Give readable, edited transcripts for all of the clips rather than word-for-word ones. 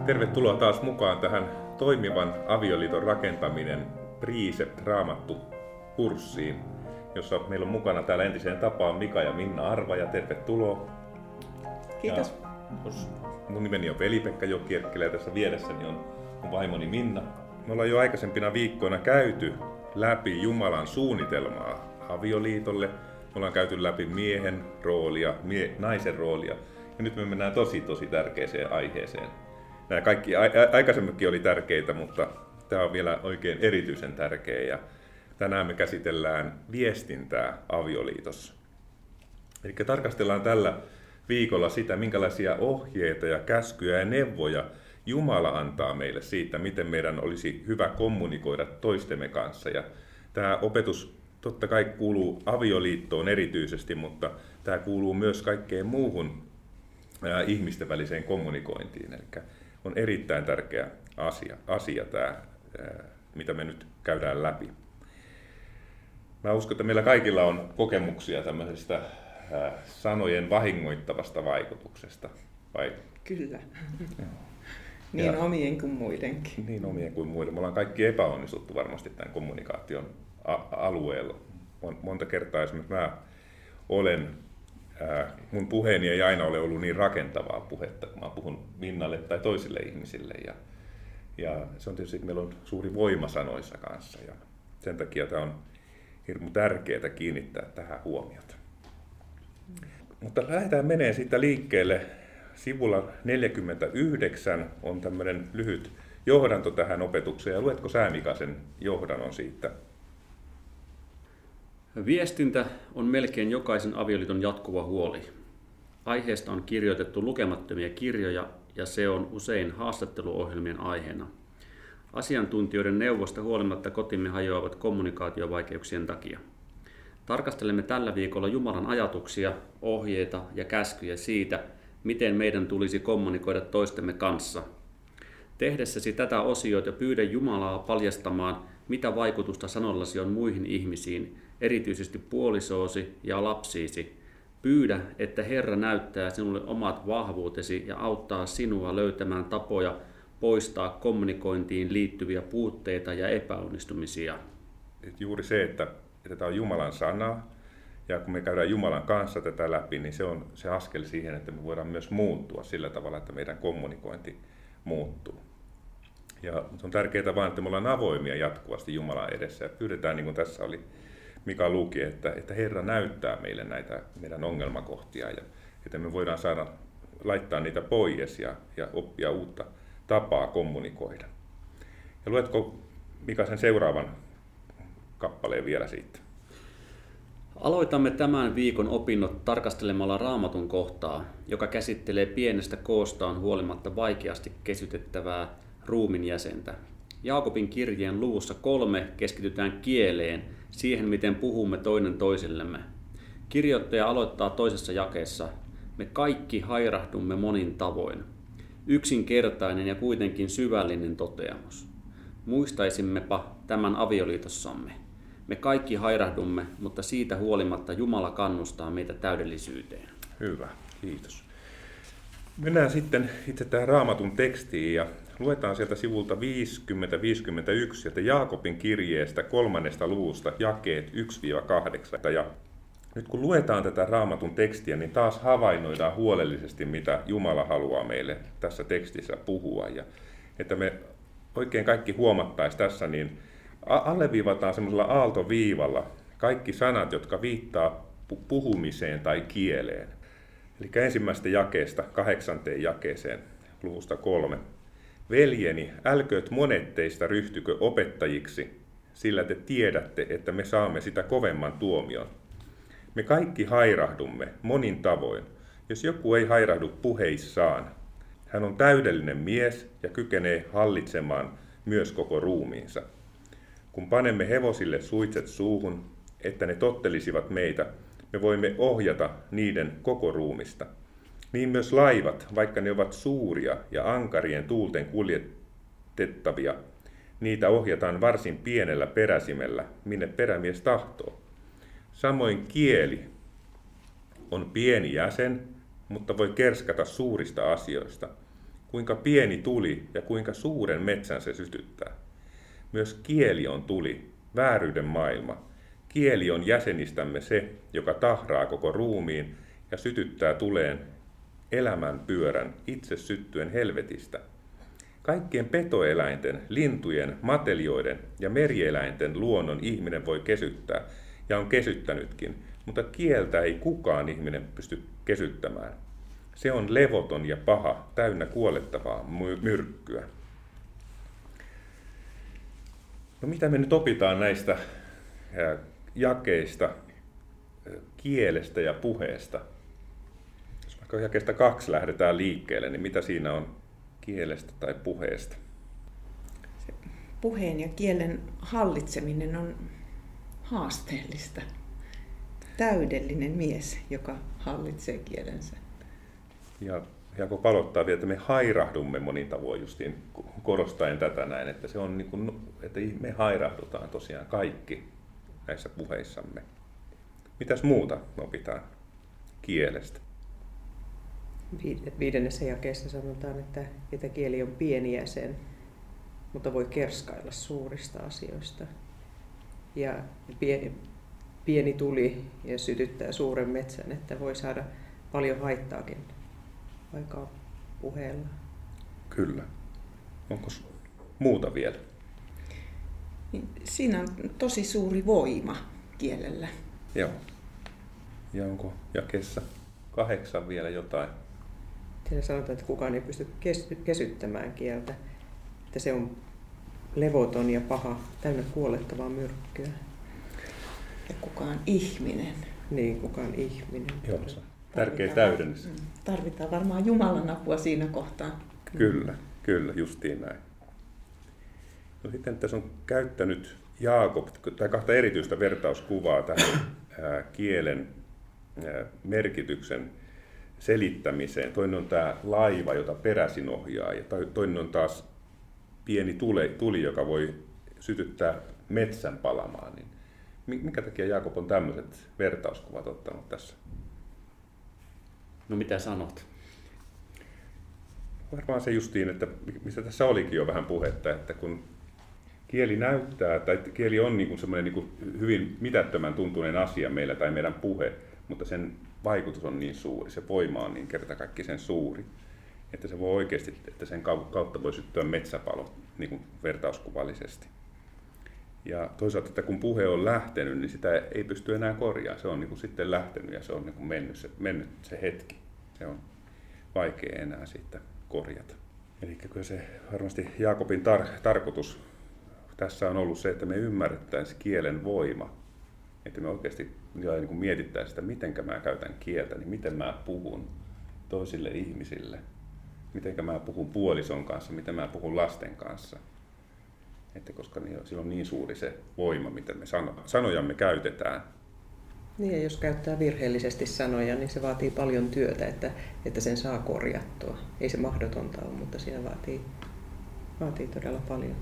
Tervetuloa taas mukaan tähän toimivan avioliiton rakentaminen Precept-raamattu-kurssiin, jossa meillä on mukana täällä entiseen tapaan Mika ja Minna Arvaja. Tervetuloa. Kiitos. Mun nimeni on Veli-Pekka Jokierkkilä ja tässä vieressäni on mun vaimoni Minna. Me ollaan jo aikaisempina viikkoina käyty läpi Jumalan suunnitelmaa avioliitolle. Me ollaan käyty läpi miehen roolia, naisen roolia ja nyt me mennään tosi tärkeäseen aiheeseen. Nämä kaikki aikaisemminkin oli tärkeitä, mutta tämä on vielä oikein erityisen tärkeä ja tänään me käsitellään viestintää avioliitossa. Eli tarkastellaan tällä viikolla sitä, minkälaisia ohjeita ja käskyjä ja neuvoja Jumala antaa meille siitä, miten meidän olisi hyvä kommunikoida toistemme kanssa. Ja tämä opetus totta kai kuuluu avioliittoon erityisesti, mutta tämä kuuluu myös kaikkeen muuhun ihmisten väliseen kommunikointiin. Eli on erittäin tärkeä asia tämä, mitä me nyt käydään läpi. Mä uskon, että meillä kaikilla on kokemuksia tämmöisestä sanojen vahingoittavasta vaikutuksesta. Vai? Kyllä. Niin omien kuin muidenkin. Niin omien kuin muiden. Me ollaan kaikki epäonnistuttu varmasti tämän kommunikaation alueella. Monta kertaa esimerkiksi mä olen, mun puheeni ei aina ole ollut niin rakentavaa puhetta, kun mä puhun Minnalle tai toisille ihmisille. Ja se on tietysti, että meillä on suuri voima sanoissa kanssa. Ja sen takia tämä on hirmu tärkeää kiinnittää tähän huomiota. Mutta lähdetään menee siitä liikkeelle. Sivulla 49 on tämmöinen lyhyt johdanto tähän opetukseen. Ja luetko sä, Mika, sen johdannon siitä? Viestintä on melkein jokaisen avioliiton jatkuva huoli. Aiheesta on kirjoitettu lukemattomia kirjoja ja se on usein haastatteluohjelmien aiheena. Asiantuntijoiden neuvosta huolimatta kotimme hajoavat kommunikaatiovaikeuksien takia. Tarkastelemme tällä viikolla Jumalan ajatuksia, ohjeita ja käskyjä siitä, miten meidän tulisi kommunikoida toistemme kanssa. Tehdessäsi tätä osiota pyydä Jumalaa paljastamaan, mitä vaikutusta sanollasi on muihin ihmisiin, erityisesti puolisoosi ja lapsiisi. Pyydä, että Herra näyttää sinulle omat vahvuutesi ja auttaa sinua löytämään tapoja poistaa kommunikointiin liittyviä puutteita ja epäonnistumisia. Juuri se, että tämä on Jumalan sana, ja kun me käydään Jumalan kanssa tätä läpi, niin se on se askel siihen, että me voidaan myös muuttua sillä tavalla, että meidän kommunikointi muuttuu. Ja se on tärkeää vain, että me ollaan avoimia jatkuvasti Jumalan edessä, ja pyydetään, niin kuin tässä oli Mika luki, että Herra näyttää meille näitä meidän ongelmakohtia, ja että me voidaan saada laittaa niitä pois ja oppia uutta tapaa kommunikoida. Ja luetko, Mika, sen seuraavan kappaleen vielä siitä? Aloitamme tämän viikon opinnot tarkastelemalla Raamatun kohtaa, joka käsittelee pienestä koostaan huolimatta vaikeasti kesytettävää ruumin jäsentä. Jaakobin kirjeen luvussa 3 keskitytään kieleen, siihen miten puhumme toinen toisellemme. Kirjoittaja aloittaa toisessa jakeessa: me kaikki hairahdumme monin tavoin. Yksinkertainen ja kuitenkin syvällinen toteamus. Muistaisimmepa tämän avioliitossamme. Me kaikki hairahdumme, mutta siitä huolimatta Jumala kannustaa meitä täydellisyyteen. Hyvä, kiitos. Mennään sitten itse tähän Raamatun tekstiin ja luetaan sieltä sivulta 50-51 sieltä Jaakobin kirjeestä 3. luvusta jakeet 1-8. Ja nyt kun luetaan tätä Raamatun tekstiä, niin taas havainnoidaan huolellisesti, mitä Jumala haluaa meille tässä tekstissä puhua. Ja että me oikein kaikki huomattaisiin tässä, niin alleviivataan semmoisella aaltoviivalla kaikki sanat, jotka viittaa puhumiseen tai kieleen. Eli ensimmäisestä jakeesta 8. jakeeseen luvusta 3. Veljeni, älkööt monet teistä ryhtykö opettajiksi, sillä te tiedätte, että me saamme sitä kovemman tuomion. Me kaikki hairahdumme monin tavoin, jos joku ei hairahdu puheissaan. Hän on täydellinen mies ja kykenee hallitsemaan myös koko ruumiinsa. Kun panemme hevosille suitset suuhun, että ne tottelisivat meitä, me voimme ohjata niiden koko ruumista. Niin myös laivat, vaikka ne ovat suuria ja ankarien tuulten kuljetettavia, niitä ohjataan varsin pienellä peräsimellä, minne perämies tahtoo. Samoin kieli on pieni jäsen, mutta voi kerskata suurista asioista. kuinka pieni tuli ja kuinka suuren metsän se sytyttää. Myös kieli on tuli, vääryyden maailma. Kieli on jäsenistämme se, joka tahraa koko ruumiin ja sytyttää tuleen elämän pyörän itse syttyen helvetistä. Kaikkien petoeläinten, lintujen, matelioiden ja merieläinten luonnon ihminen voi kesyttää ja on kesyttänytkin, mutta kieltä ei kukaan ihminen pysty kesyttämään. Se on levoton ja paha, täynnä kuolettavaa myrkkyä. No mitä me nyt opitaan näistä jakeista, kielestä ja puheesta? Jos vaikka jakeesta 2 lähdetään liikkeelle, niin mitä siinä on kielestä tai puheesta? Se puheen ja kielen hallitseminen on haasteellista. Täydellinen mies, joka hallitsee kielensä. Ja Jaakob aloittaa vielä, että me hairahdumme monin tavoin justiin korostaen tätä näin, että se on niin kuin, että me hairahdutaan tosiaan kaikki näissä puheissamme. Mitäs muuta opitaan kielestä? 5. jakeessa sanotaan, että kieli on pieni jäsen, mutta voi kerskailla suurista asioista. Ja pieni tuli ja sytyttää suuren metsän, että voi saada paljon haittaakin aikaa puheella. Kyllä. Onko muuta vielä? Siinä on tosi suuri voima kielellä. Joo. Ja onko jakeessa 8 vielä jotain? Siinä sanotaan, että kukaan ei pysty kesyttämään kieltä, että se on levoton ja paha, täynnä kuolettavaa myrkkyä. Ja kukaan ihminen. Niin, kukaan ihminen. Joo, se on tärkeä täydennys. Tarvitaan varmaan Jumalan apua siinä kohtaa. Kyllä, justiin näin. No sitten tässä on käyttänyt Jaakob tai 2 erityistä vertauskuvaa tähän kielen merkityksen selittämiseen. Toinen on tämä laiva, jota peräsin ohjaa, ja toinen on taas pieni tuli, joka voi sytyttää metsän palamaan. Niin minkä takia Jaakob on tämmöiset vertauskuvat ottanut tässä? No mitä sanot? Varmaan se justiin, että mistä tässä olikin jo vähän puhetta, että kun kieli näyttää, tai kieli on niin semmoinen niin hyvin mitättömän tuntuinen asia meillä tai meidän puhe, mutta sen vaikutus on niin suuri, se voima on niin kertakaikkisen suuri, että se voi oikeasti, että sen kautta voi syttyä metsäpalo niin kuin vertauskuvallisesti. Ja toisaalta, että kun puhe on lähtenyt, niin sitä ei pysty enää korjaamaan. Se on niin kuin sitten lähtenyt ja se on niin kuin mennyt se hetki. Se on vaikea enää siitä korjata. Eli kyllä se varmasti Jaakobin tarkoitus tässä on ollut se, että me ymmärrettäisiin kielen voima. Että me oikeasti niin kuin mietittäisiin sitä, miten mä käytän kieltä, niin miten mä puhun toisille ihmisille. Miten mä puhun puolison kanssa, miten mä puhun lasten kanssa. Että koska sillä on niin suuri se voima, miten me sanojamme käytetään. Niin, ja jos käyttää virheellisesti sanoja, niin se vaatii paljon työtä, että sen saa korjattua. Ei se mahdotonta ole, mutta siinä vaatii todella paljon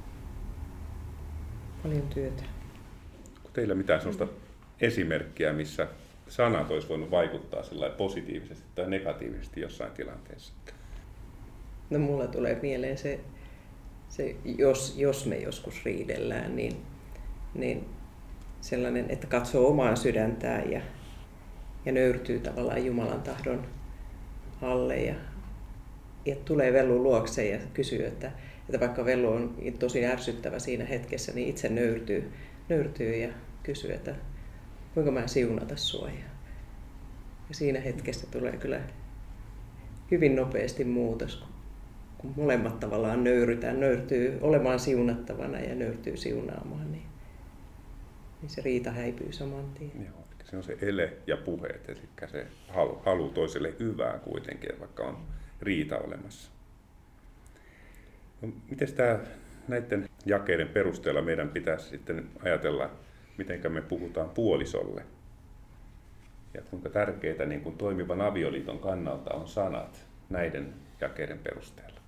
työtä. Onko teillä mitään sellaista esimerkkiä, missä sanat olisi voinut vaikuttaa positiivisesti tai negatiivisesti jossain tilanteessa? No mulla tulee mieleen se jos me joskus riidellään, niin sellainen, että katsoo omaa sydäntään ja nöyrtyy tavallaan Jumalan tahdon alle ja tulee Vellun luokse ja kysyy, että vaikka Vellu on tosi ärsyttävä siinä hetkessä, niin itse nöyrtyy ja kysyy, että kuinka mä siunata sua. Ja siinä hetkessä tulee kyllä hyvin nopeasti muutos, kun molemmat tavallaan nöyrtyy olemaan siunattavana ja nöyrtyy siunaamaan, niin se riita häipyy saman tien. Joo, se on se ele ja puheet, eli se halu toiselle hyvää kuitenkin, vaikka on riita olemassa. No, miten näiden jakeiden perusteella meidän pitäisi sitten ajatella, miten me puhutaan puolisolle? Ja kuinka tärkeitä niin kuin toimivan avioliiton kannalta on sanat näiden jakeiden perusteella?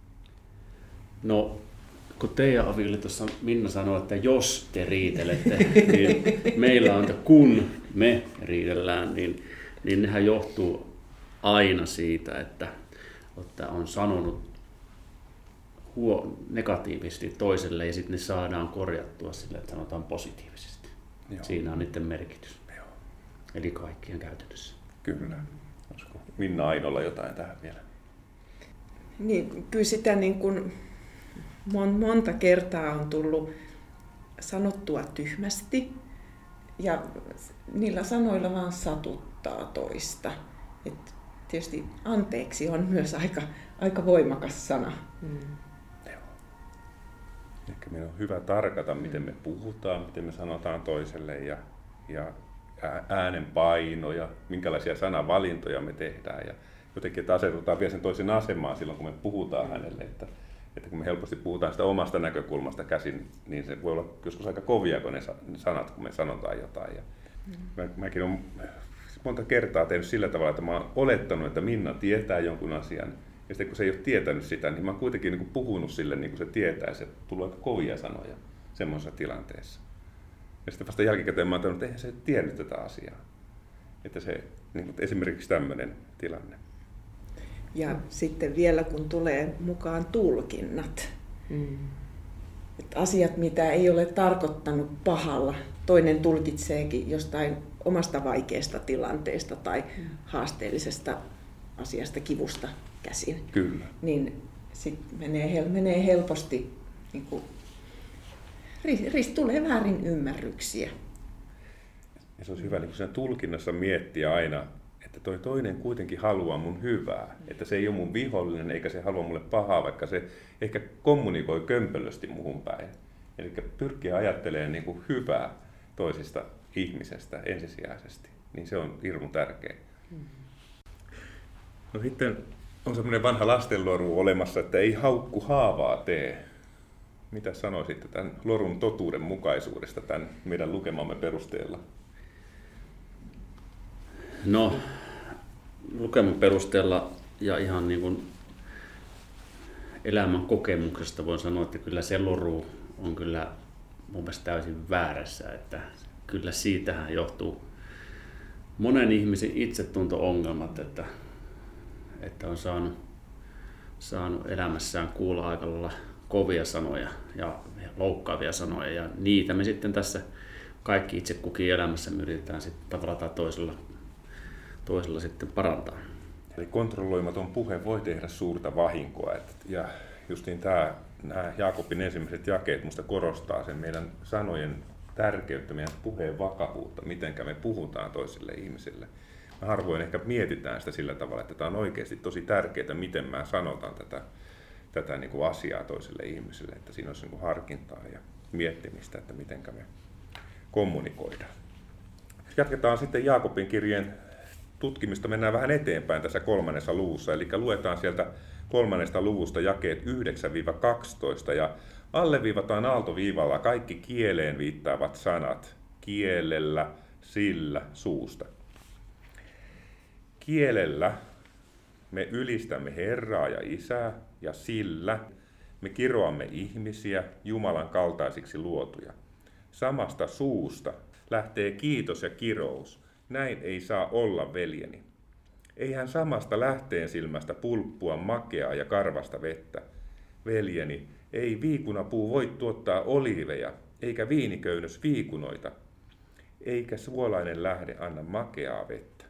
No, kun teidän avioliitossa Minna sanoi, että jos te riitelette, niin meillä on, että kun me riidellään, niin nehän johtuu aina siitä, että että on sanonut negatiivisesti toiselle ja sitten ne saadaan korjattua sillä, että sanotaan positiivisesti. Joo. Siinä on niiden merkitys. Joo. Eli kaikkien käytännössä. Kyllä. Olisiko Minna Ainolla jotain tähän vielä? Niin, kyllä sitä niin kuin monta kertaa on tullut sanottua tyhmästi ja niillä sanoilla vaan satuttaa toista. Et tietysti anteeksi on myös aika voimakas sana. Ehkä meidän on hyvä tarkata, miten me puhutaan, miten me sanotaan toiselle ja äänenpaino ja minkälaisia sanavalintoja me tehdään. Ja jotenkin, että asetutaan vielä sen toisen asemaan silloin, kun me puhutaan hänelle. Että kun me helposti puhutaan sitä omasta näkökulmasta käsin, niin se voi olla joskus aika kovia kuin ne sanat, kun me sanotaan jotain. Ja mäkin olen monta kertaa tehnyt sillä tavalla, että mä oon olettanut, että Minna tietää jonkun asian. Ja sitten kun se ei ole tietänyt sitä, niin mä oon kuitenkin niin kuin puhunut sille niin kuin se tietäisi, että tulee aika kovia sanoja semmoisessa tilanteessa. Ja sitten vasta jälkikäteen mä oon sanonut, että eihän se tiennyt tätä asiaa. Että se niin kuin esimerkiksi tämmöinen tilanne. Ja sitten vielä kun tulee mukaan tulkinnat. Että asiat, mitä ei ole tarkoittanut pahalla, toinen tulkitseekin jostain omasta vaikeasta tilanteesta tai haasteellisesta asiasta, kivusta käsin. Kyllä. Niin sitten menee helposti, niin kuin, tulee väärin ymmärryksiä. Ja se olisi hyvä niin siinä tulkinnassa miettiä aina, että toi toinen kuitenkin haluaa mun hyvää. Että se ei ole mun vihollinen eikä se halua mulle pahaa, vaikka se ehkä kommunikoi kömpelösti muhun päin. Eli pyrkiä ajattelemaan niin kuin hyvää toisista ihmisestä ensisijaisesti. Niin se on hirmu tärkeä. No sitten on semmoinen vanha lastenloru olemassa, että ei haukku haavaa tee. Mitä sanoisitte tämän lorun totuuden mukaisuudesta tämän meidän lukemamme perusteella? No, lukeman perusteella ja ihan niin kuin elämän kokemuksesta voin sanoa, että kyllä se loru on kyllä mun mielestä täysin väärässä. Että kyllä siitähän johtuu monen ihmisen itsetunto-ongelmat, että on saanut elämässään kuulla aika lailla kovia sanoja ja loukkaavia sanoja. Ja niitä me sitten tässä kaikki itse kukin elämässä me yritetään sitten tavalla tai toisella sitten parantaa. Eli kontrolloimaton puhe voi tehdä suurta vahinkoa. Ja justiin nämä Jaakobin ensimmäiset jakeet minusta korostaa sen meidän sanojen tärkeyttä, meidän puheen vakavuutta, miten me puhutaan toisille ihmisille. Me harvoin ehkä mietitään sitä sillä tavalla, että tämä on oikeasti tosi tärkeää, miten mä sanotaan tätä niin kuin asiaa toiselle ihmiselle, että siinä olisi niin kuin harkintaa ja miettimistä, että miten me kommunikoidaan. Jatketaan sitten Jaakobin kirjeen tutkimista, mennään vähän eteenpäin tässä 3. luvussa, eli luetaan sieltä 3. luvusta jakeet 9-12 ja alleviivataan aaltoviivalla kaikki kieleen viittaavat sanat kielellä, sillä, suusta. Kielellä me ylistämme Herraa ja Isää ja sillä me kiroamme ihmisiä Jumalan kaltaisiksi luotuja. Samasta suusta lähtee kiitos ja kirous. Näin ei saa olla, veljeni. Eihän samasta lähteen silmästä pulppua makeaa ja karvasta vettä. Veljeni, ei viikunapuu voi tuottaa oliiveja, eikä viiniköynnös viikunoita, eikä suolainen lähde anna makeaa vettä.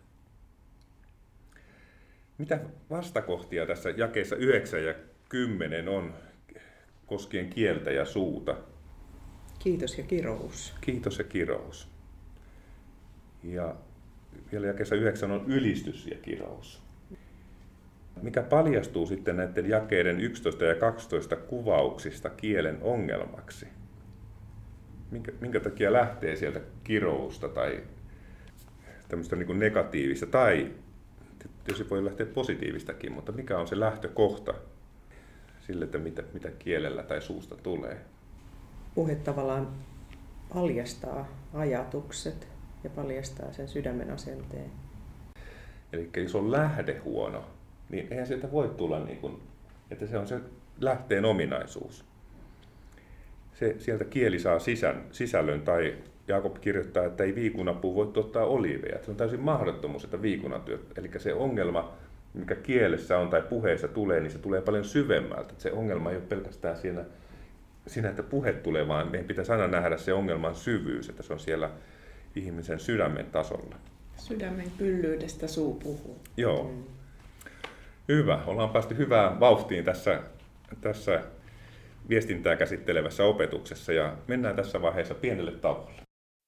Mitä vastakohtia tässä jakeissa 9 ja 10 on koskien kieltä ja suuta? Kiitos ja kirous. Kiitos ja kirous. Ja vielä jakeessa 9 on ylistys ja kirous. Mikä paljastuu sitten näiden jakeiden 11 ja 12 kuvauksista kielen ongelmaksi? Minkä takia lähtee sieltä kirousta tai tämmöistä niin kuin negatiivista, tai tietysti voi lähteä positiivistakin, mutta mikä on se lähtökohta sille, että mitä kielellä tai suusta tulee? Puhe tavallaan paljastaa ajatukset ja paljastaa sen sydämen asenteen. Eli jos on lähde huono, niin eihän sieltä voi tulla, niin kuin, että se on se lähteen ominaisuus. Sieltä kieli saa sisällön, tai Jaakob kirjoittaa, että ei viikunapuu voi tuottaa oliiveja. Se on täysin mahdottomuus, että viikunatyöt. Eli se ongelma mikä kielessä on tai puheessa tulee, niin se tulee paljon syvemmältä. Se ongelma ei ole pelkästään siinä, että puhe tulee, vaan meidän pitäisi aina nähdä se ongelman syvyys, että se on siellä ihmisen sydämen tasolla. Sydämen kyllyydestä suu puhuu. Joo. Hyvä. Ollaan päästy hyvään vauhtiin tässä viestintää käsittelevässä opetuksessa ja mennään tässä vaiheessa pienelle tauolle.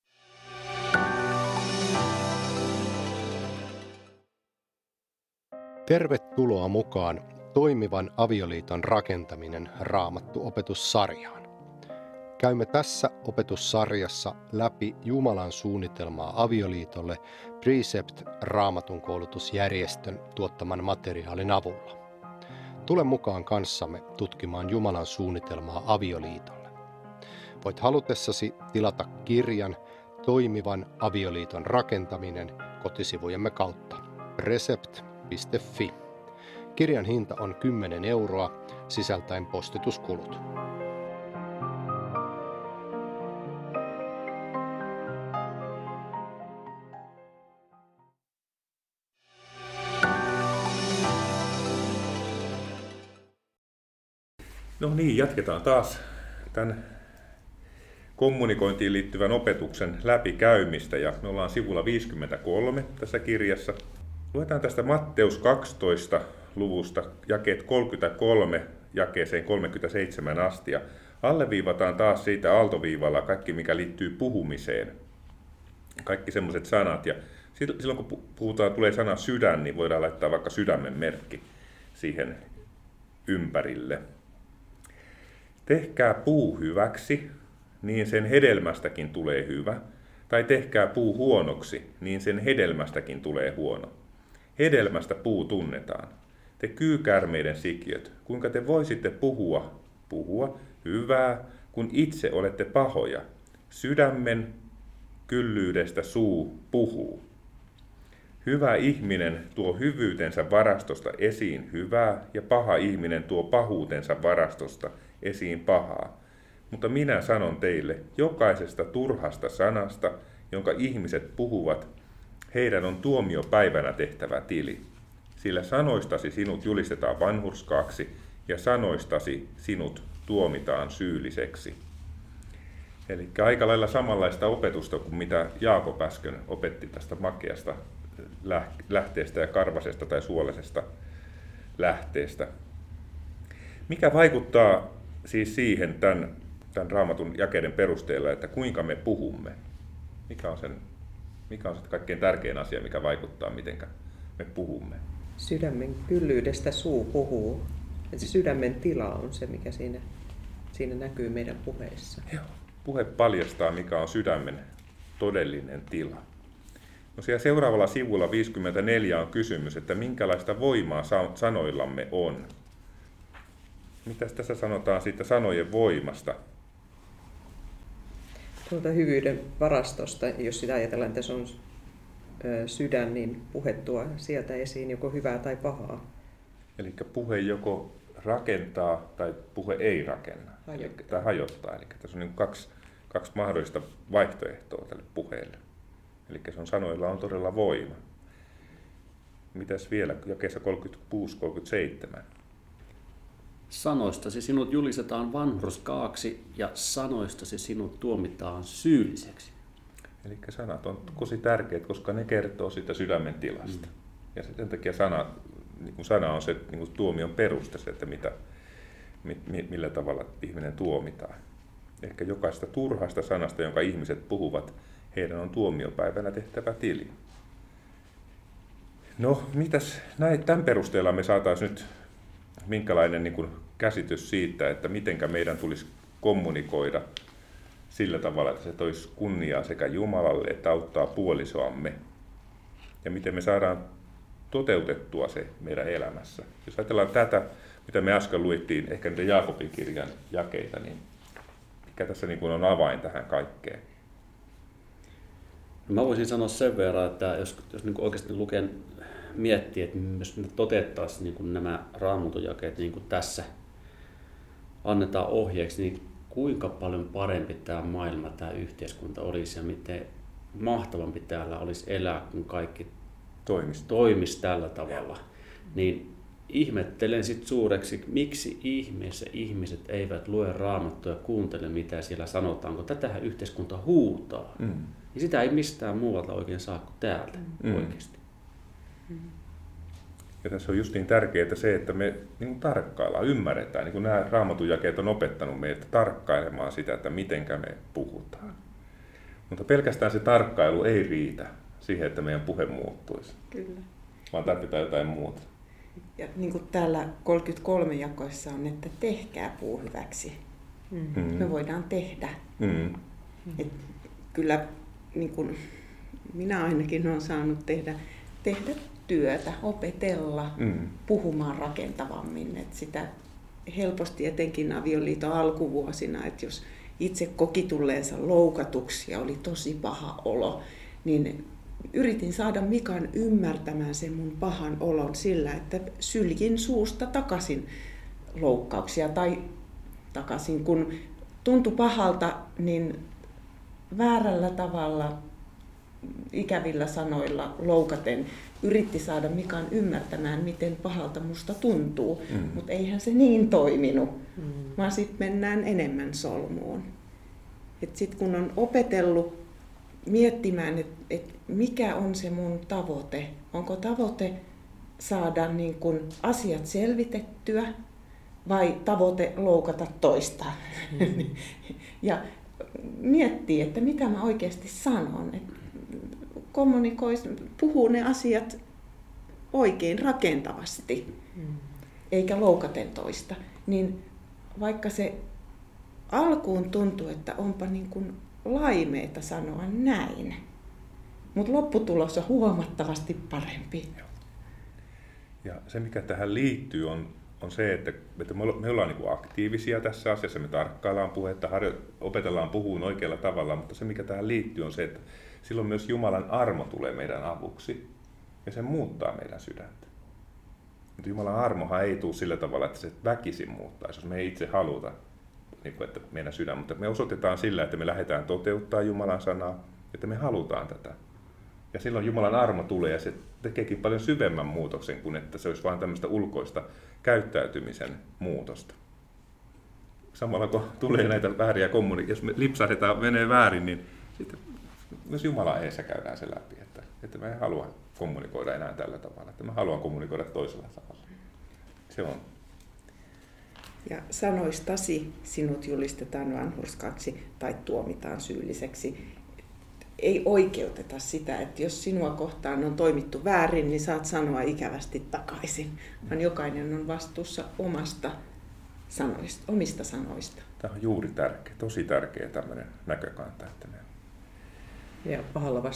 Tervetuloa mukaan Toimivan avioliiton rakentaminen Raamattu-opetussarjaan. Käymme tässä opetussarjassa läpi Jumalan suunnitelmaa avioliitolle Precept Raamatun koulutusjärjestön tuottaman materiaalin avulla. Tule mukaan kanssamme tutkimaan Jumalan suunnitelmaa avioliitolle. Voit halutessasi tilata kirjan Toimivan avioliiton rakentaminen kotisivujemme kautta precept.fi. Kirjan hinta on 10 euroa sisältäen postituskulut. No niin, jatketaan taas tämän kommunikointiin liittyvän opetuksen läpikäymistä ja me ollaan sivulla 53 tässä kirjassa. Luetaan tästä Matteus 12 luvusta jakeet 33 jakeeseen 37 asti ja alleviivataan taas siitä aaltoviivalla kaikki mikä liittyy puhumiseen. Kaikki semmoiset sanat ja silloin kun tulee sana sydän, niin voidaan laittaa vaikka sydämen merkki siihen ympärille. Tehkää puu hyväksi, niin sen hedelmästäkin tulee hyvä, tai tehkää puu huonoksi, niin sen hedelmästäkin tulee huono. Hedelmästä puu tunnetaan. Te kyykäärmeiden sikiöt, kuinka te voisitte puhua hyvää, kun itse olette pahoja. Sydämen kyllyydestä suu puhuu. Hyvä ihminen tuo hyvyytensä varastosta esiin hyvää, ja paha ihminen tuo pahuutensa varastosta esiin pahaa. Mutta minä sanon teille, jokaisesta turhasta sanasta, jonka ihmiset puhuvat, heidän on tuomiopäivänä tehtävä tili. Sillä sanoistasi sinut julistetaan vanhurskaaksi, ja sanoistasi sinut tuomitaan syylliseksi. Eli aika lailla samanlaista opetusta kuin mitä Jaakob äsken opetti tästä makeasta lähteestä ja karvasesta tai suolaisesta lähteestä. Mikä vaikuttaa siis siihen tämän Raamatun jakeiden perusteella, että kuinka me puhumme? Mikä on se kaikkein tärkein asia, mikä vaikuttaa, miten me puhumme? Sydämen kyllyydestä suu puhuu. Se sydämen tila on se, mikä siinä näkyy meidän puheissa. Joo. Puhe paljastaa, mikä on sydämen todellinen tila. No siellä seuraavalla sivulla 54 on kysymys, että minkälaista voimaa sanoillamme on. Mitäs tässä sanotaan siitä sanojen voimasta? Hyvyyden varastosta, jos sitä ajatellaan, että se on sydän, niin puhe tuo sieltä esiin joko hyvää tai pahaa. Eli puhe joko rakentaa tai puhe ei rakenna. Tai hajottaa. Eli tässä on niin kaksi mahdollista vaihtoehtoa tälle puheelle. Eli se on sanoilla on todella voima. Mitäs vielä? Jakeessa 36-37. Sanoistasi sinut julistetaan vanhurskaaksi ja sanoistasi sinut tuomitaan syylliseksi. Eli sanat on tosi tärkeät, koska ne kertoo siitä sydämen tilasta. Ja sen takia sana on se niin kuin tuomion peruste, se, että millä tavalla ihminen tuomitaan. Ehkä jokaista turhasta sanasta, jonka ihmiset puhuvat, heidän on tuomiopäivänä tehtävä tili. No, mitäs tämän perusteella me saataisiin nyt minkälainen niin kuin käsitys siitä, että mitenkä meidän tulisi kommunikoida sillä tavalla, että se toisi kunniaa sekä Jumalalle että auttaa puolisoamme. Ja miten me saadaan toteutettua se meidän elämässä. Jos ajatellaan tätä, mitä me äsken luettiin, ehkä niitä Jaakobin kirjan jakeita, niin mikä tässä niin kuin on avain tähän kaikkeen? No mä voisin sanoa sen verran, että jos niin kuin oikeasti miettii, että jos me toteuttaisiin niin kuin nämä Raamatun jakeet niin kuin tässä annetaan ohjeeksi, niin kuinka paljon parempi tämä maailma, tämä yhteiskunta olisi ja miten mahtavampi täällä olisi elää, kun kaikki toimisi tällä tavalla. Niin ihmettelen sitten suureksi, miksi ihmeessä ihmiset eivät lue Raamattua ja kuuntele, mitä siellä sanotaan, kun tätähän yhteiskunta huutaa. Ja sitä ei mistään muualta oikein saa kuin täältä oikeasti. Ja tässä on just niin tärkeää se, että me niin tarkkaillaan, ymmärretään, niin kuin nämä Raamatun jakeet on opettanut meitä tarkkailemaan sitä, että mitenkä me puhutaan. Mutta pelkästään se tarkkailu ei riitä siihen, että meidän puhe muuttuisi. Kyllä. Vaan tarvitaan jotain muuta. Ja niin kuin täällä 33 jakoissa on, että tehkää puu hyväksi. Me voidaan tehdä. Et kyllä niin kuin minä ainakin olen saanut tehdä työtä, opetella, puhumaan rakentavammin. Et sitä helposti etenkin avioliiton alkuvuosina, että jos itse koki tulleensa loukatuksi ja oli tosi paha olo, niin yritin saada Mikan ymmärtämään sen mun pahan olon sillä, että syljin suusta takaisin loukkauksia tai takaisin, kun tuntui pahalta, niin väärällä tavalla, ikävillä sanoilla loukaten yritti saada Mikan ymmärtämään, miten pahalta musta tuntuu, mutta eihän se niin toiminut, vaan sitten mennään enemmän solmuun. Sitten kun on opetellut miettimään, että mikä on se mun tavoite, onko tavoite saada niin kun asiat selvitettyä vai tavoite loukata toista. Ja miettii, että mitä mä oikeasti sanon. Puhuu ne asiat oikein rakentavasti, eikä loukaten toista. Niin vaikka se alkuun tuntuu, että onpa niin kuin laimeeta sanoa näin, mutta lopputulos on huomattavasti parempi. Ja se, mikä tähän liittyy, on se, että me ollaan niin kuin aktiivisia tässä asiassa, me tarkkaillaan puhetta, opetellaan puhumaan oikealla tavalla, mutta se, mikä tähän liittyy, on se, että silloin myös Jumalan armo tulee meidän avuksi ja se muuttaa meidän sydäntä. Mutta Jumalan armohan ei tule sillä tavalla, että se väkisin muuttaisi, jos me ei itse haluta niin kuin, että meidän sydän, mutta me osoitetaan sillä, että me lähdetään toteuttaa Jumalan sanaa, että me halutaan tätä. Ja silloin Jumalan armo tulee ja se tekeekin paljon syvemmän muutoksen kuin että se olisi vain tämmöistä ulkoista käyttäytymisen muutosta. Samalla kun tulee näitä vääriä jos me lipsahdetaan, menee väärin, niin sitten myös Jumalan edessä käydään se läpi, että me ei halua kommunikoida enää tällä tavalla, että mä haluan kommunikoida toisella tavalla. Se on. Ja sanoistasi sinut julistetaan vanhurskaaksi tai tuomitaan syylliseksi. Ei oikeuteta sitä, että jos sinua kohtaan on toimittu väärin, niin saat sanoa ikävästi takaisin. Vaan jokainen on vastuussa omista sanoista. Tämä on juuri tärkeä, tosi tärkeä tämmöinen näkökanta. Ja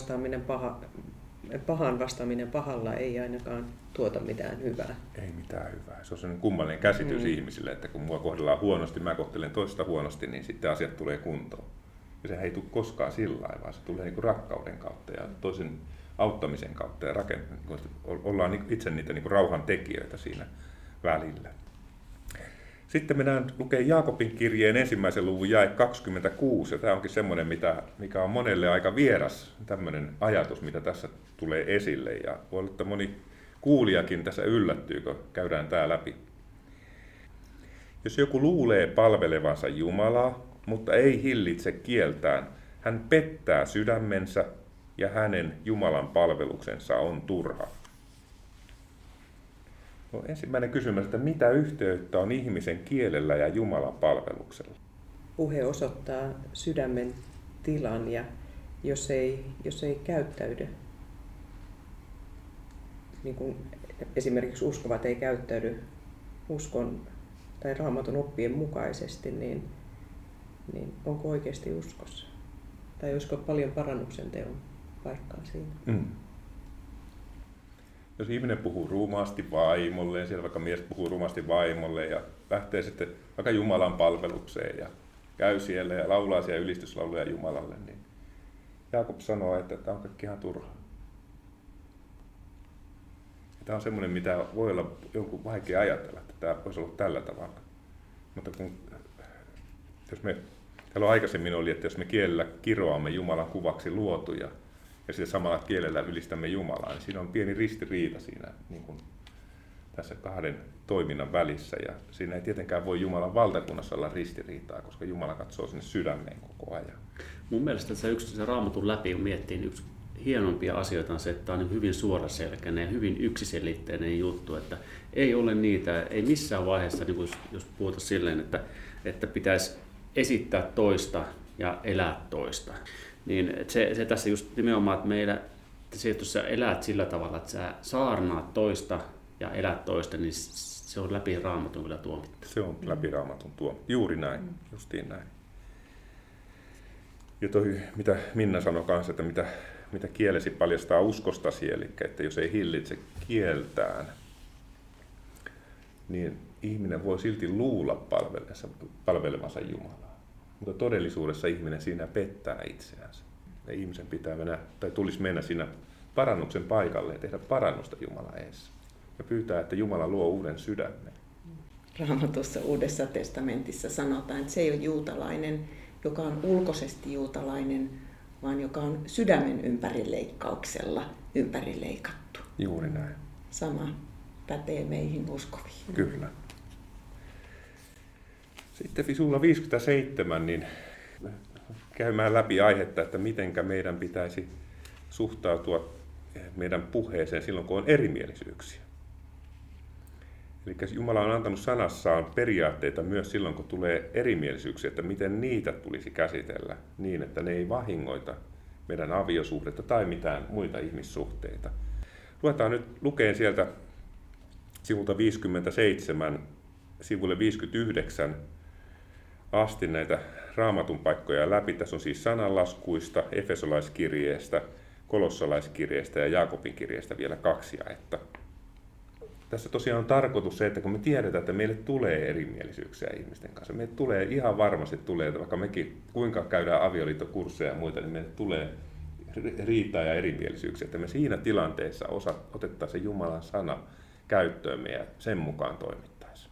pahan vastaaminen pahalla ei ainakaan tuota mitään hyvää. Ei mitään hyvää. Se on sellainen kummallinen käsitys ihmisille, että kun mua kohdellaan huonosti, mä kohtelen toista huonosti, niin sitten asiat tulee kuntoon. Ja sehän ei tule koskaan sillä lailla, vaan se tulee niin kuin rakkauden kautta ja toisen auttamisen kautta ja ollaan itse niitä niin kuin rauhan tekijöitä siinä välillä. Sitten mennään lukemaan Jaakobin kirjeen 1. luvun jae 26, ja tämä onkin semmoinen, mikä on monelle aika vieras tämmöinen ajatus, mitä tässä tulee esille, ja voi olla, että moni kuulijakin tässä yllättyy, kun käydään tämä läpi. Jos joku luulee palvelevansa Jumalaa, mutta ei hillitse kieltään, hän pettää sydämensä ja hänen Jumalan palveluksensa on turha. No, ensimmäinen kysymys, että mitä yhteyttä on ihmisen kielellä ja Jumalan palveluksella? Puhe osoittaa sydämen tilan ja jos ei käyttäydy, niin kuin esimerkiksi uskovat ei käyttäydy uskon tai Raamatun oppien mukaisesti, niin onko oikeasti uskossa? Tai olisiko paljon parannuksen teon paikkaa siinä? Jos ihminen puhuu ruumaasti vaimolle, ja siellä vaikka mies puhuu ruumaasti vaimolle ja lähtee sitten vaikka Jumalan palvelukseen ja käy siellä ja laulaa siellä ylistyslauluja Jumalalle, niin Jaakob sanoo, että tämä on kaikki ihan turhaa. Tämä on semmoinen, mitä voi olla jonkun vaikea ajatella, että tämä voisi olla tällä tavalla. Mutta täällä on aikaisemmin oli, että jos me kielellä kiroamme Jumalan kuvaksi luotuja, ja sitten samalla kielellä ylistämme Jumalaa, niin siinä on pieni ristiriita siinä niin kuin tässä kahden toiminnan välissä. Ja siinä ei tietenkään voi Jumalan valtakunnassa olla ristiriitaa, koska Jumala katsoo sinne sydämeen koko ajan. Mun mielestä se Raamatun läpi, kun miettii, niin yksi hienompia asioita on se, että tämä on hyvin suoraselkäinen ja hyvin yksiselitteinen juttu, että ei ole niitä, ei missään vaiheessa, niin kuin jos puhutaan silleen, että pitäisi esittää toista ja elää toista. Niin se tässä just nimenomaan, että jos sä elät sillä tavalla, että sä saarnaat toista ja elät toista, niin se on läpi Raamatun kyllä tuomittu. Se on läpi Raamatun tuomittu. Juuri näin, justiin näin. Ja toi, mitä Minna sanoi kanssa, että mitä kielesi paljastaa uskostasi, eli että jos ei hillitse kieltään, niin ihminen voi silti luulla palvelevansa Jumalaa. Mutta todellisuudessa ihminen siinä pettää itseänsä. Ja ihmisen tulisi mennä siinä parannuksen paikalle ja tehdä parannusta Jumalan edessä. Ja pyytää, että Jumala luo uuden sydämen. Raamatussa Uudessa testamentissa sanotaan, että se ei ole juutalainen, joka on ulkoisesti juutalainen, vaan joka on sydämen ympärileikkauksella ympärileikattu. Juuri näin. Sama pätee meihin uskoviin. Kyllä. Sitten sivulla 57 niin käymään läpi aihetta, että mitenkä meidän pitäisi suhtautua meidän puheeseen silloin, kun on erimielisyyksiä. Eli Jumala on antanut sanassaan periaatteita myös silloin, kun tulee erimielisyyksiä, että miten niitä tulisi käsitellä niin, että ne ei vahingoita meidän aviosuhdetta tai mitään muita ihmissuhteita. Luetaan nyt lukeen sieltä sivulta 57 sivulle 59 asti näitä Raamatun paikkoja läpi. Tässä on siis sananlaskuista, Efesolaiskirjeestä, Kolossalaiskirjeestä ja Jaakobin kirjeestä vielä 2 jaetta. Tässä tosiaan on tarkoitus se, että kun me tiedetään, että meille tulee erimielisyyksiä ihmisten kanssa, meille tulee ihan varmasti että vaikka mekin kuinka käydään avioliittokursseja ja muita, niin meille tulee riitaa ja erimielisyyksiä, että me siinä tilanteessa otettaisiin Jumalan sana käyttöömme ja sen mukaan toimittaisiin.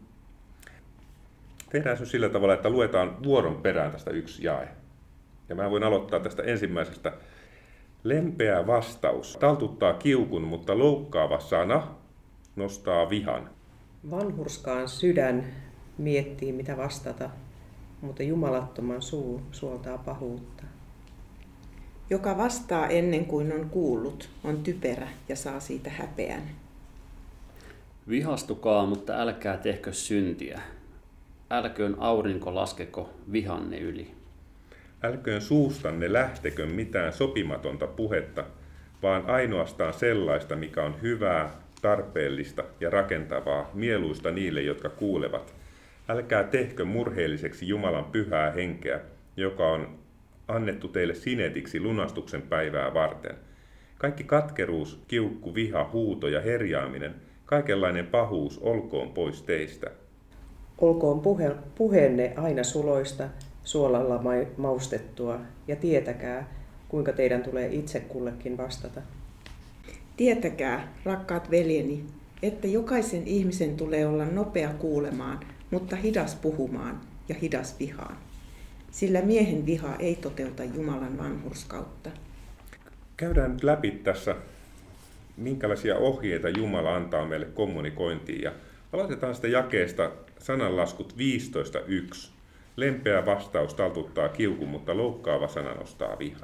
Tehdään se sillä tavalla, että luetaan vuoron perään tästä yksi jae. Ja mä voin aloittaa tästä ensimmäisestä. Lempeä vastaus taltuttaa kiukun, mutta loukkaava sana nostaa vihan. Vanhurskaan sydän miettii, mitä vastata, mutta jumalattoman suu suoltaa pahuutta. Joka vastaa ennen kuin on kuullut, on typerä ja saa siitä häpeän. Vihastukaa, mutta älkää tehkö syntiä. Älköön aurinko laskeko vihanne yli. Älköön suustanne lähtekö mitään sopimatonta puhetta, vaan ainoastaan sellaista, mikä on hyvää, tarpeellista ja rakentavaa, mieluista niille, jotka kuulevat. Älkää tehkö murheelliseksi Jumalan pyhää henkeä, joka on annettu teille sinetiksi lunastuksen päivää varten. Kaikki katkeruus, kiukku, viha, huuto ja herjaaminen, kaikenlainen pahuus olkoon pois teistä. Olkoon puheenne aina suloista, suolalla maustettua, ja tietäkää, kuinka teidän tulee itse kullekin vastata. Tietäkää, rakkaat veljeni, että jokaisen ihmisen tulee olla nopea kuulemaan, mutta hidas puhumaan ja hidas vihaan. Sillä miehen viha ei toteuta Jumalan vanhurskautta. Käydään nyt läpi tässä, minkälaisia ohjeita Jumala antaa meille kommunikointiin. Ja aloitetaan sitä jakeesta sananlaskut 15.1. Lempeä vastaus taltuttaa kiukun, mutta loukkaava sana nostaa vihan.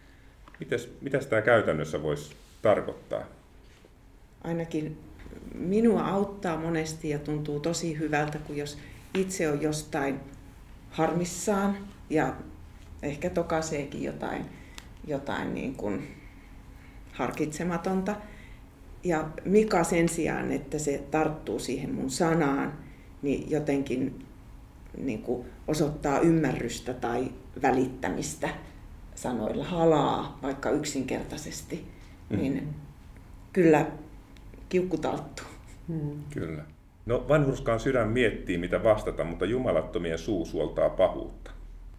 Mitäs tämä käytännössä voisi tarkoittaa? Ainakin minua auttaa monesti ja tuntuu tosi hyvältä, kun jos itse on jostain harmissaan ja ehkä tokaiseekin jotain niin kuin harkitsematonta. Ja Mika sen sijaan, että se tarttuu siihen mun sanaan, niin jotenkin niin kuin osoittaa ymmärrystä tai välittämistä sanoilla, halaa vaikka yksinkertaisesti, niin kyllä kiukku talttuu. Kyllä. No, vanhurskaan sydän miettii, mitä vastata, mutta jumalattomien suu suoltaa pahuutta.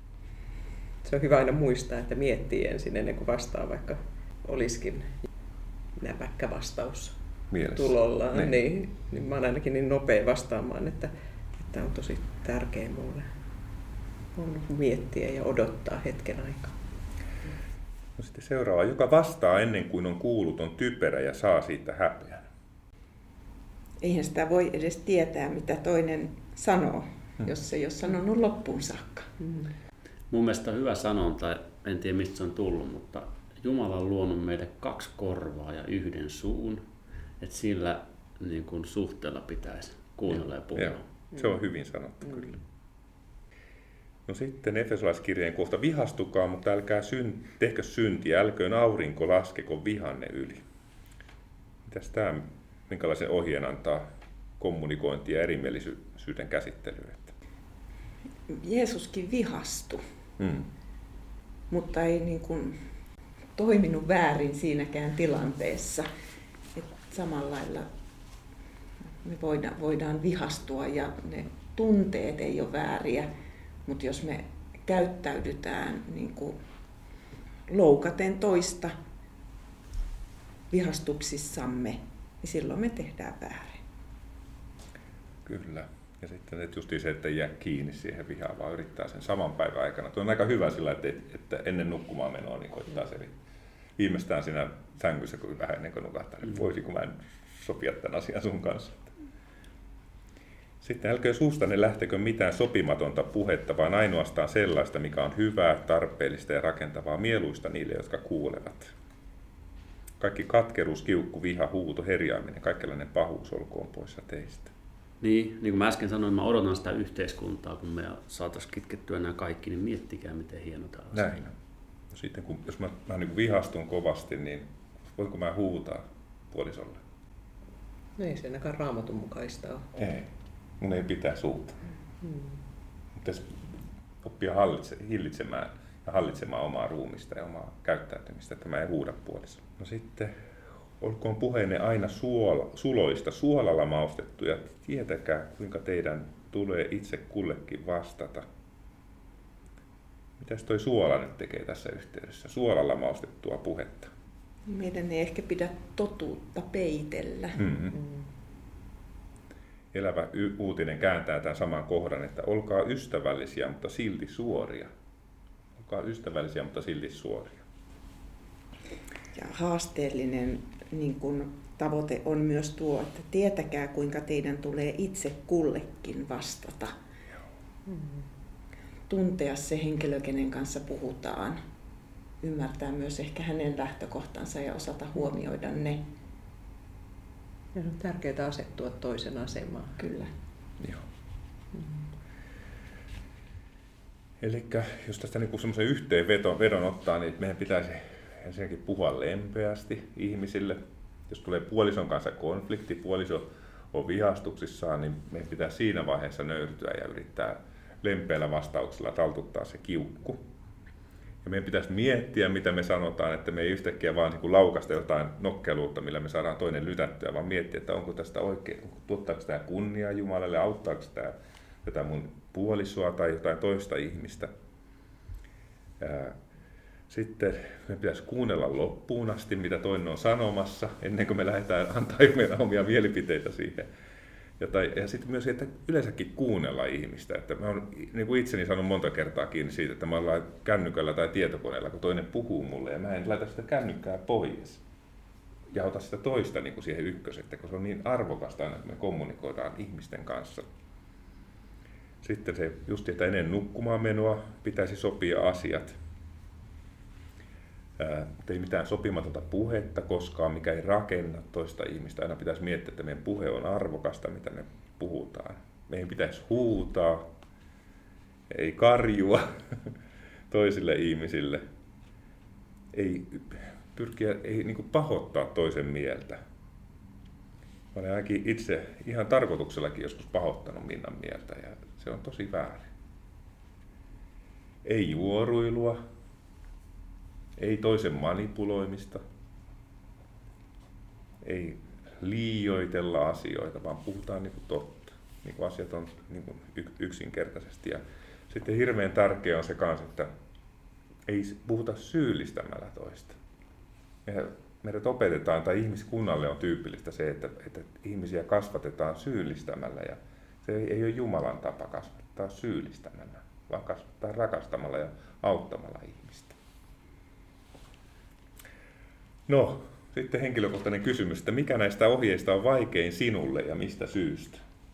Se on hyvä aina muistaa, että miettii ensin ennen kuin vastaa, vaikka olisikin näpäkkä vastaus mielessä tulollaan. Niin mä oon ainakin niin nopea vastaamaan, että on tosi tärkeä mulle on miettiä ja odottaa hetken aikaa. No sitten seuraava. Joka vastaa ennen kuin on kuullut, on typerä ja saa siitä häpeän. eihän sitä voi edes tietää, mitä toinen sanoo, jos ei ole sanonut loppuun saakka. Mun mielestä on hyvä sanonta, en tiedä mistä se on tullut, mutta Jumala on luonut meille 2 korvaa ja 1 suun, että sillä niin kuin suhteella pitäisi kuunnella ja puhua. Se on hyvin sanottu kyllä. No sitten Efesolaiskirjeen kohta: vihastukaa, mutta älkää tehkö syntiä, älköön aurinko laskeko vihanne yli. Mitäs tämä, minkälaisen ohjeen antaa kommunikointia ja erimielisyyden käsittelyyn? Jeesuskin vihastui, mutta ei niin kuin toiminut väärin siinäkään tilanteessa. Että samalla lailla me voidaan vihastua ja ne tunteet ei ole vääriä, mutta jos me käyttäydytään niin kuin loukaten toista vihastuksissamme, niin silloin me tehdään väärin. Kyllä. Ja sitten että justiin se, että ei jää kiinni siihen vihaan, vaan yrittää sen saman päivän aikana. Tuo on aika hyvä sillä, että ennen nukkumaan menoa niin koittaa se viimeistään siinä sängyssä, kun vähän ennen kuin nukahtaa, niin voisinko mä sopia tämän asian sun kanssa. Sitten älkää suustanne lähtekö mitään sopimatonta puhetta, vaan ainoastaan sellaista, mikä on hyvää, tarpeellista ja rakentavaa, mieluista niille, jotka kuulevat. Kaikki katkeruus, kiukku, viha, huuto, herjaaminen, kaikenlainen pahuus olkoon poissa teistä. Niin kuin mä äsken sanoin, mä odotan sitä yhteiskuntaa, kun me saataisiin kitkettyä nämä kaikki, niin miettikää, miten hieno tämä on. Näin. No sitten jos mä niin vihastun kovasti, niin voinko mä huutaa puolisolle? No ei se ainakaan Raamatun mukaista ole. Ei. Mun ei pitää suuta. Pitäisi oppia hillitsemään ja hallitsemaan omaa ruumista ja omaa käyttäytymistä, että mä en huuda puolisolle. No sitten olkoon puheenne aina suloista, suolalla maustettuja. Tietäkää, kuinka teidän tulee itse kullekin vastata. Mitäs toi suola nyt tekee tässä yhteydessä? Suolalla maustettua puhetta. Meidän ei ehkä pidä totuutta peitellä. Elävä uutinen kääntää tämän saman kohdan, että olkaa ystävällisiä, mutta silti suoria. Olkaa ystävällisiä, mutta silti suoria. Ja haasteellinen niin kun tavoite on myös tuo, että tietäkää, kuinka teidän tulee itse kullekin vastata. Tuntea se henkilö, kenen kanssa puhutaan. Ymmärtää myös ehkä hänen lähtökohtansa ja osata huomioida ne. Ja on tärkeää asettua toisen asemaan. Kyllä. Joo. Elikkä jos tästä niin semmoisen yhteenvedon ottaa, niin meidän pitäisi ensinnäkin puhua lempeästi ihmisille. Jos tulee puolison kanssa konflikti, puoliso on vihastuksissaan, niin meidän pitää siinä vaiheessa nöyrtyä ja yrittää lempeällä vastauksella taltuttaa se kiukku. Ja meidän pitäisi miettiä, mitä me sanotaan, että me ei yhtäkkiä vaan niin kuin laukaista jotain nokkeluutta, millä me saadaan toinen lytättyä, vaan miettiä, että onko tästä oikein, tuottaako tämä kunniaa Jumalalle, auttaako tämä tätä mun puolisoa tai jotain toista ihmistä. Sitten me pitäisi kuunnella loppuun asti, mitä toinen on sanomassa, ennen kuin me lähdetään antaa meidän omia mielipiteitä siihen. Ja sitten myös, että yleensäkin kuunnella ihmistä. Että mä oon niin kuin itseni saanut monta kertaa kiinni siitä, että mä ollaan kännykällä tai tietokoneella, kun toinen puhuu mulle, ja mä en laita sitä kännykkää pois. Ja ota sitä toista niin kuin siihen ykkösettä, kun se on niin arvokasta aina, että me kommunikoidaan ihmisten kanssa. Sitten se just, että ennen nukkumaan menoa pitäisi sopia asiat. Ei mitään sopimatonta puhetta koskaan, mikä ei rakenna toista ihmistä. Aina pitäisi miettiä, että meidän puhe on arvokasta, mitä me puhutaan. Meidän pitäisi huutaa, ei karjua toisille ihmisille. Ei pyrkiä niin kuin pahoittaa toisen mieltä. Mä olen ainakin itse ihan tarkoituksellakin joskus pahoittanut Minnan mieltä ja se on tosi väärin. Ei juoruilua. Ei toisen manipuloimista, ei liioitella asioita, vaan puhutaan niin kuin totta. Niin kuin asiat on niin kuin yksinkertaisesti. Ja sitten hirveän tärkeää on se kanssa, että ei puhuta syyllistämällä toista. Meidät opetetaan, tai ihmiskunnalle on tyypillistä se, että ihmisiä kasvatetaan syyllistämällä. Ja se ei ole Jumalan tapa kasvattaa syyllistämällä, vaan kasvattaa rakastamalla ja auttamalla ihmistä. No, Sitten henkilökohtainen kysymys, että mikä näistä ohjeista on vaikein sinulle ja mistä syystä?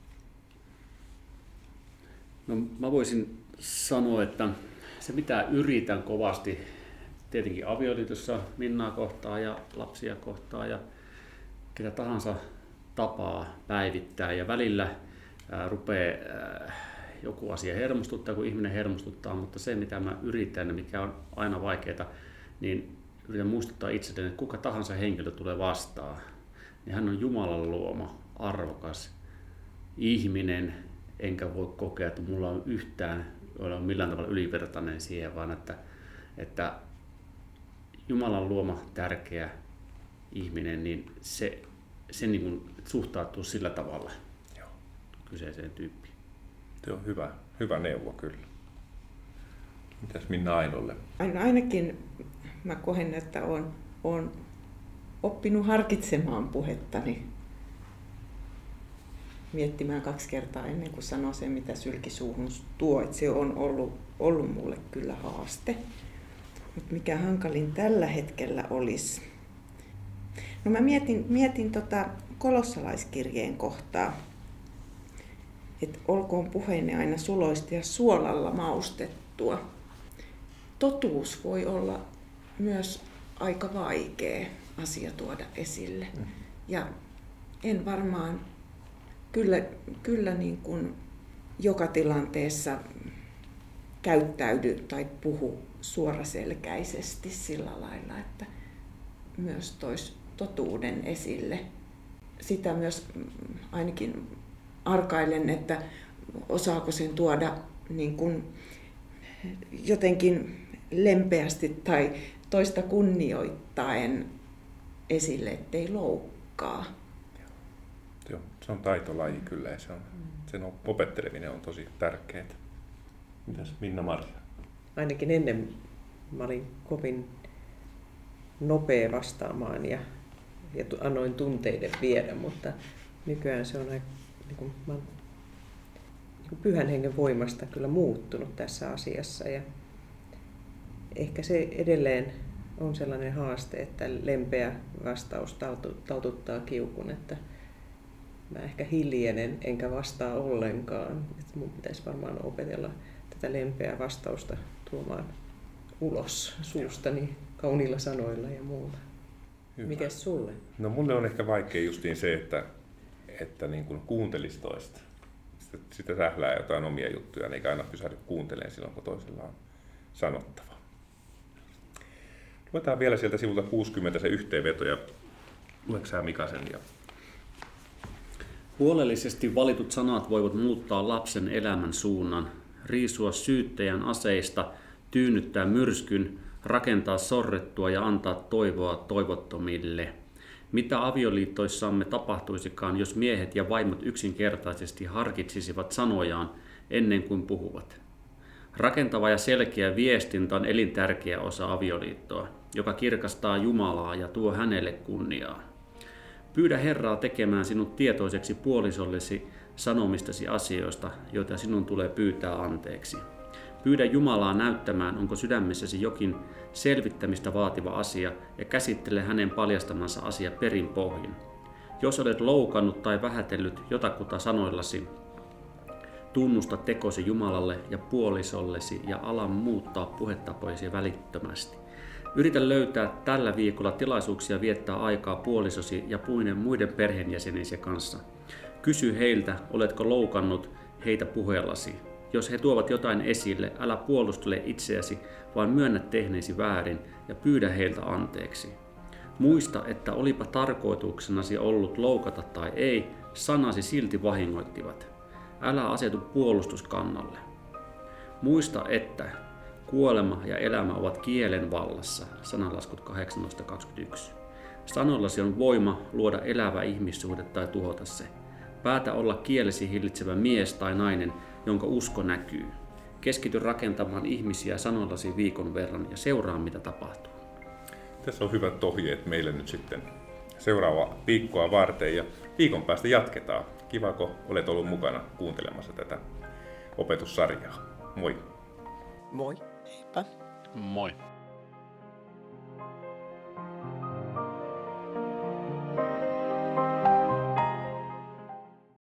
No, mä voisin sanoa, että se mitä yritän kovasti tietenkin avioliitossa Minnaa kohtaan ja lapsia kohtaan ja ketä tahansa tapaa päivittää ja välillä rupeaa joku asia hermostuttaa, kun ihminen hermostuttaa, mutta se mitä mä yritän, mikä on aina vaikeaa, niin yritän muistuttaa itselleni, että kuka tahansa henkilö tulee vastaan, niin hän on Jumalan luoma, arvokas ihminen, enkä voi kokea, että mulla on yhtään, jolla on millään tavalla ylivertainen siihen, vaan että Jumalan luoma tärkeä ihminen, niin se niin kuin suhtautuu sillä tavalla kyseiseen tyyppiin. Se on hyvä neuvo kyllä. Mitäs Minna Ainolle? Ainakin mä koen, että olen oppinut harkitsemaan puhettani, miettimään 2 kertaa ennen kuin sanoo sen, mitä sylki suuhun tuo. Että se on ollut mulle kyllä haaste. Mutta mikä hankalin tällä hetkellä olisi? No mä mietin kolossalaiskirjeen kohtaa, että olkoon puheenne aina suloista ja suolalla maustettua. Totuus voi olla myös aika vaikea asia tuoda esille. Ja en varmaan kyllä niin kuin joka tilanteessa käyttäydy tai puhu suoraselkäisesti sillä lailla, että myös tois totuuden esille. Sitä myös ainakin arkailen, että osaako sen tuoda niin kuin jotenkin lempeästi tai toista kunnioittaen esille, ettei loukkaa. Joo, se on taitolaji kyllä ja sen opetteleminen on tosi tärkeää. Mitäs Minna Marja? Ainakin ennen mä olin kovin nopea vastaamaan ja annoin tunteiden viedä, mutta nykyään se on aika niin kuin Pyhän Hengen voimasta kyllä muuttunut tässä asiassa ja ehkä se edelleen on sellainen haaste, että lempeä vastaus taltuttaa kiukun, että mä ehkä hiljenen enkä vastaa ollenkaan. Että mun pitäisi varmaan opetella tätä lempeää vastausta tuomaan ulos suustani kauniilla sanoilla ja muuta. Hyvä. Mikäs sulle? No mulle on ehkä vaikea justiin se, että niin kuin kuuntelisi toista. Sitä sählää jotain omia juttuja, eikä aina pysähdy kuuntelemaan silloin, kun toisella on sanottava. Luetaan vielä sieltä sivulta 60 se yhteenveto ja luetko sä Mika sen? Huolellisesti valitut sanat voivat muuttaa lapsen elämän suunnan, riisua syyttäjän aseista, tyynnyttää myrskyn, rakentaa sorrettua ja antaa toivoa toivottomille. Mitä avioliittoissamme tapahtuisikaan, jos miehet ja vaimot yksinkertaisesti harkitsisivat sanojaan ennen kuin puhuvat? Rakentava ja selkeä viestintä on elintärkeä osa avioliittoa, joka kirkastaa Jumalaa ja tuo hänelle kunniaa. Pyydä Herraa tekemään sinut tietoiseksi puolisollesi sanomistasi asioista, joita sinun tulee pyytää anteeksi. Pyydä Jumalaa näyttämään, onko sydämessäsi jokin selvittämistä vaativa asia ja käsittele hänen paljastamansa asia perin pohjin. Jos olet loukannut tai vähätellyt jotakuta sanoillasi, tunnusta tekosi Jumalalle ja puolisollesi ja ala muuttaa puhetapojasi välittömästi. Yritä löytää tällä viikolla tilaisuuksia viettää aikaa puolisosi ja muiden perheenjäsenensä kanssa. Kysy heiltä, oletko loukannut heitä puheellasi. Jos he tuovat jotain esille, älä puolustele itseäsi, vaan myönnä tehneesi väärin ja pyydä heiltä anteeksi. Muista, että olipa tarkoituksenasi ollut loukata tai ei, sanasi silti vahingoittivat. Älä asetu puolustuskannalle. Muista, että kuolema ja elämä ovat kielen vallassa, sananlaskut 18.21. Sanoillasi on voima luoda elävä ihmissuhde tai tuhota se. Päätä olla kielesi hillitsevä mies tai nainen, jonka usko näkyy. Keskity rakentamaan ihmisiä sanoillasi viikon verran ja seuraa, mitä tapahtuu. Tässä on hyvät ohjeet meille nyt sitten seuraava viikkoa varten ja viikon päästä jatketaan. Kiva, kun olet ollut mukana kuuntelemassa tätä opetussarjaa. Moi! Moi! Heipä! Moi!